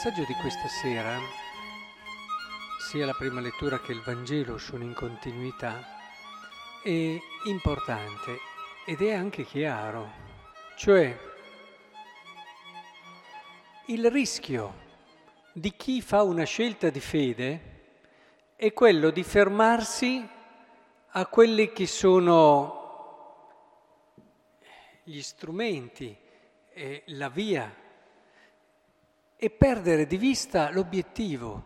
passaggio di questa sera, sia la prima lettura che il Vangelo sono in continuità, è importante ed è anche chiaro, cioè il rischio di chi fa una scelta di fede è quello di fermarsi a quelli che sono gli strumenti e la via e perdere di vista l'obiettivo.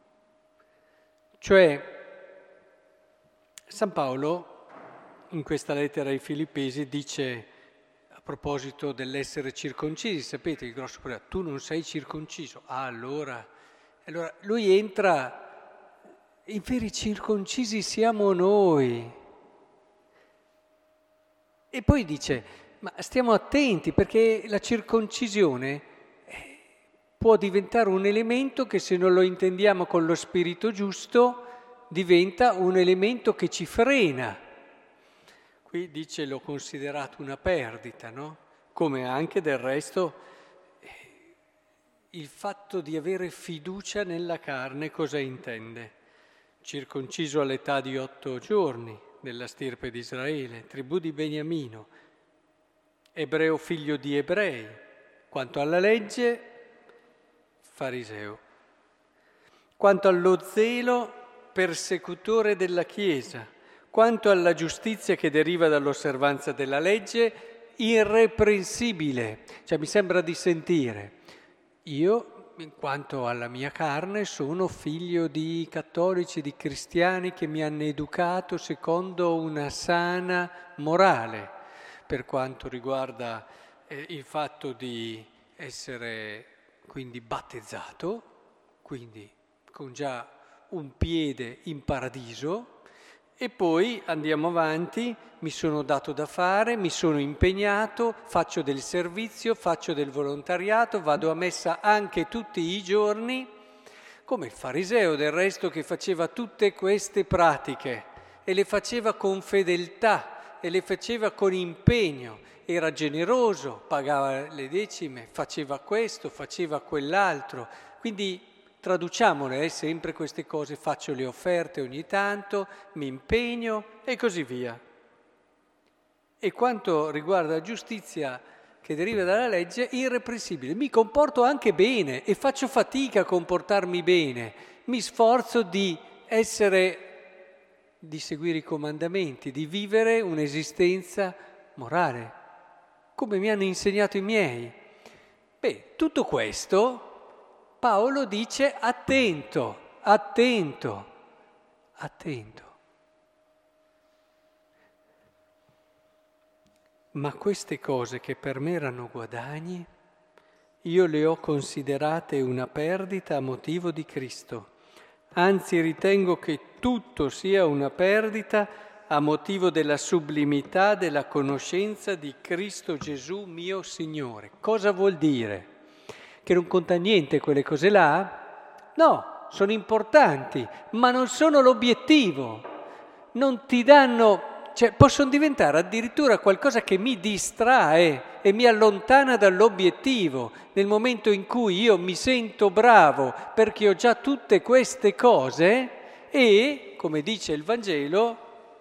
Cioè, San Paolo in questa lettera ai Filippesi dice, a proposito dell'essere circoncisi, sapete il grosso problema, tu non sei circonciso, allora lui entra, i veri circoncisi siamo noi. E poi dice, ma stiamo attenti perché la circoncisione può diventare un elemento che, se non lo intendiamo con lo spirito giusto, diventa un elemento che ci frena. Qui dice l'ho considerato una perdita, no? Come anche del resto il fatto di avere fiducia nella carne cosa intende? Circonciso all'età di 8 giorni, della stirpe di Israele, tribù di Beniamino, ebreo figlio di ebrei, quanto alla legge fariseo, quanto allo zelo persecutore della Chiesa, quanto alla giustizia che deriva dall'osservanza della legge, irreprensibile. Cioè mi sembra di sentire, io in quanto alla mia carne sono figlio di cattolici, di cristiani che mi hanno educato secondo una sana morale, per quanto riguarda il fatto di essere quindi battezzato, quindi con già un piede in paradiso, e poi andiamo avanti, mi sono dato da fare, mi sono impegnato, faccio del servizio, faccio del volontariato, vado a messa anche tutti i giorni, come il fariseo del resto che faceva tutte queste pratiche e le faceva con fedeltà e le faceva con impegno. Era generoso, pagava le decime, faceva questo, faceva quell'altro. Quindi traduciamole sempre queste cose, faccio le offerte ogni tanto, mi impegno e così via. E quanto riguarda la giustizia che deriva dalla legge, irreprensibile. Mi comporto anche bene e faccio fatica a comportarmi bene. Mi sforzo di seguire i comandamenti, di vivere un'esistenza morale, come mi hanno insegnato i miei. Tutto questo Paolo dice attento. Ma queste cose che per me erano guadagni, io le ho considerate una perdita a motivo di Cristo. Anzi, ritengo che tutto sia una perdita a motivo della sublimità della conoscenza di Cristo Gesù mio Signore. Cosa vuol dire? Che non conta niente quelle cose là? No, sono importanti, ma non sono l'obiettivo. Non ti danno, possono diventare addirittura qualcosa che mi distrae e mi allontana dall'obiettivo. Nel momento in cui io mi sento bravo perché ho già tutte queste cose e, come dice il Vangelo,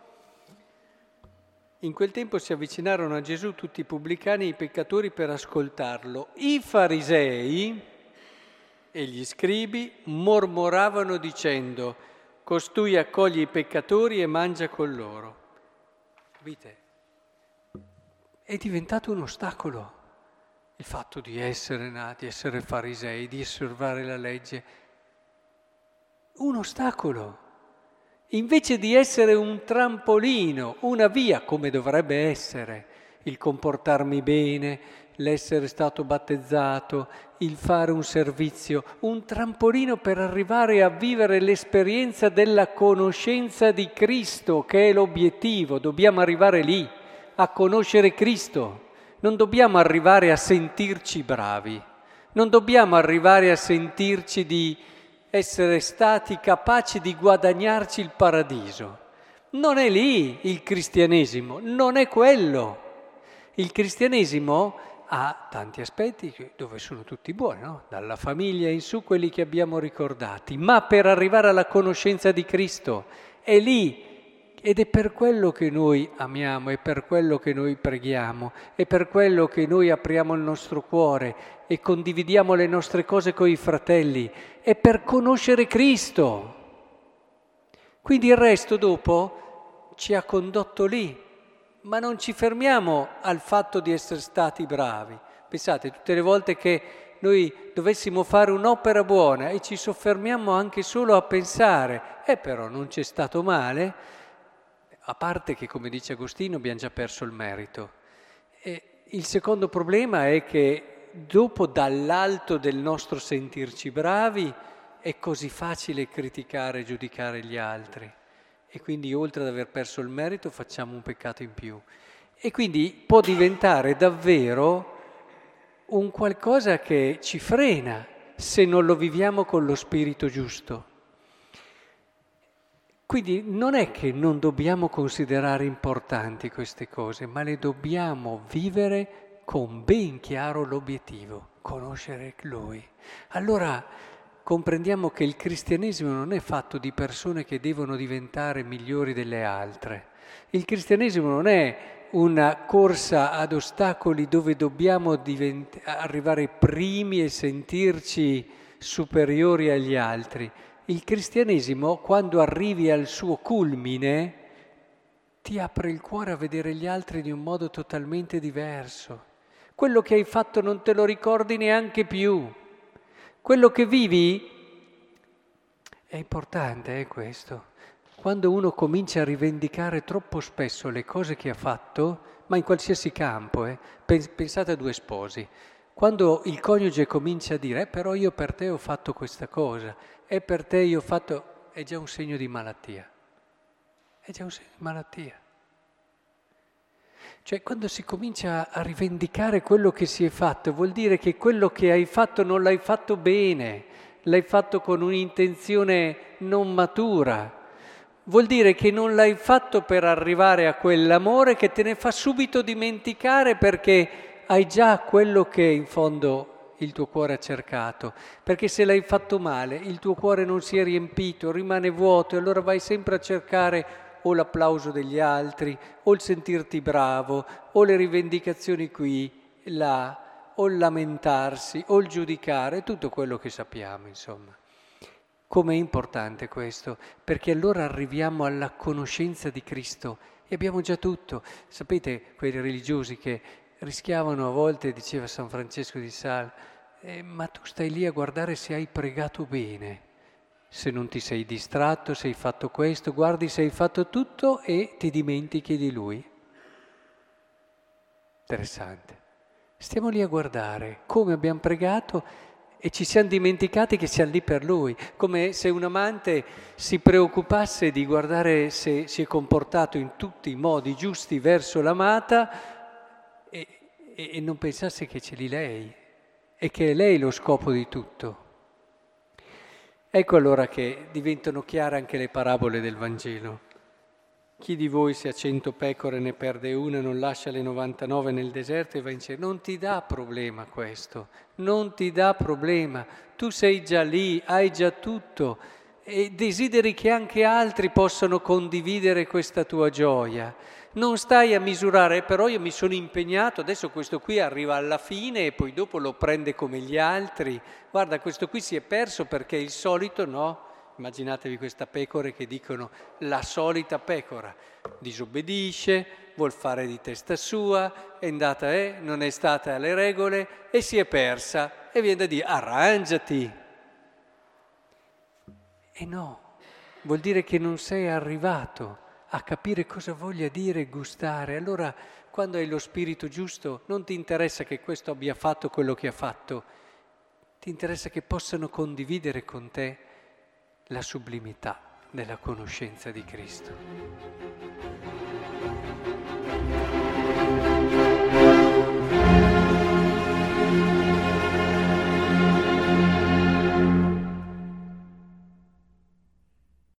in quel tempo si avvicinarono a Gesù tutti i pubblicani e i peccatori per ascoltarlo. I farisei e gli scribi mormoravano dicendo: costui accoglie i peccatori e mangia con loro. Capite? È diventato un ostacolo il fatto di essere nati, essere farisei, di osservare la legge. Un ostacolo. Invece di essere un trampolino, una via, come dovrebbe essere, il comportarmi bene, l'essere stato battezzato, il fare un servizio, un trampolino per arrivare a vivere l'esperienza della conoscenza di Cristo, che è l'obiettivo. Dobbiamo arrivare lì, a conoscere Cristo. Non dobbiamo arrivare a sentirci bravi, non dobbiamo arrivare a sentirci di essere stati capaci di guadagnarci il paradiso. Non è lì il cristianesimo, non è quello. Il cristianesimo ha tanti aspetti dove sono tutti buoni, no? Dalla famiglia in su quelli che abbiamo ricordati, ma per arrivare alla conoscenza di Cristo è lì. Ed è per quello che noi amiamo, è per quello che noi preghiamo, è per quello che noi apriamo il nostro cuore e condividiamo le nostre cose con i fratelli, è per conoscere Cristo. Quindi il resto dopo ci ha condotto lì, ma non ci fermiamo al fatto di essere stati bravi. Pensate, tutte le volte che noi dovessimo fare un'opera buona e ci soffermiamo anche solo a pensare, però non c'è stato male, a parte che, come dice Agostino, abbiamo già perso il merito. E il secondo problema è che dopo, dall'alto del nostro sentirci bravi, è così facile criticare e giudicare gli altri. E quindi, oltre ad aver perso il merito, facciamo un peccato in più. E quindi può diventare davvero un qualcosa che ci frena se non lo viviamo con lo spirito giusto. Quindi non è che non dobbiamo considerare importanti queste cose, ma le dobbiamo vivere con ben chiaro l'obiettivo, conoscere Lui. Allora comprendiamo che il cristianesimo non è fatto di persone che devono diventare migliori delle altre. Il cristianesimo non è una corsa ad ostacoli dove dobbiamo arrivare primi e sentirci superiori agli altri. Il cristianesimo, quando arrivi al suo culmine, ti apre il cuore a vedere gli altri di un modo totalmente diverso. Quello che hai fatto non te lo ricordi neanche più. Quello che vivi è importante, questo. Quando uno comincia a rivendicare troppo spesso le cose che ha fatto, ma in qualsiasi campo, pensate a due sposi. Quando il coniuge comincia a dire, però io per te ho fatto questa cosa, e per te io ho fatto, è già un segno di malattia. È già un segno di malattia. Cioè, quando si comincia a rivendicare quello che si è fatto, vuol dire che quello che hai fatto non l'hai fatto bene, l'hai fatto con un'intenzione non matura. Vuol dire che non l'hai fatto per arrivare a quell'amore che te ne fa subito dimenticare perché hai già quello che in fondo il tuo cuore ha cercato. Perché se l'hai fatto male, il tuo cuore non si è riempito, rimane vuoto e allora vai sempre a cercare o l'applauso degli altri, o il sentirti bravo, o le rivendicazioni qui, là, o il lamentarsi, o il giudicare, tutto quello che sappiamo, insomma. Com'è importante questo? Perché allora arriviamo alla conoscenza di Cristo e abbiamo già tutto. Sapete, quei religiosi che rischiavano a volte, diceva San Francesco di Sales, ma tu stai lì a guardare se hai pregato bene, se non ti sei distratto, se hai fatto questo, guardi se hai fatto tutto e ti dimentichi di Lui. Interessante. Stiamo lì a guardare come abbiamo pregato e ci siamo dimenticati che siamo lì per Lui, come se un amante si preoccupasse di guardare se si è comportato in tutti i modi giusti verso l'amata e non pensasse che c'è lì lei e che è lei lo scopo di tutto. Ecco allora che diventano chiare anche le parabole del Vangelo. Chi di voi se ha 100 pecore ne perde una, non lascia le 99 nel deserto e va in cielo? Non ti dà problema questo, non ti dà problema. Tu sei già lì, hai già tutto e desideri che anche altri possano condividere questa tua gioia. Non stai a misurare, però io mi sono impegnato, adesso questo qui arriva alla fine e poi dopo lo prende come gli altri. Guarda, questo qui si è perso perché il solito no. Immaginatevi questa pecora che dicono la solita pecora, disobbedisce, vuol fare di testa sua, è andata, non è stata alle regole e si è persa e viene da dire arrangiati. E no, vuol dire che non sei arrivato a capire cosa voglia dire gustare. Allora quando hai lo spirito giusto non ti interessa che questo abbia fatto quello che ha fatto, ti interessa che possano condividere con te la sublimità della conoscenza di Cristo.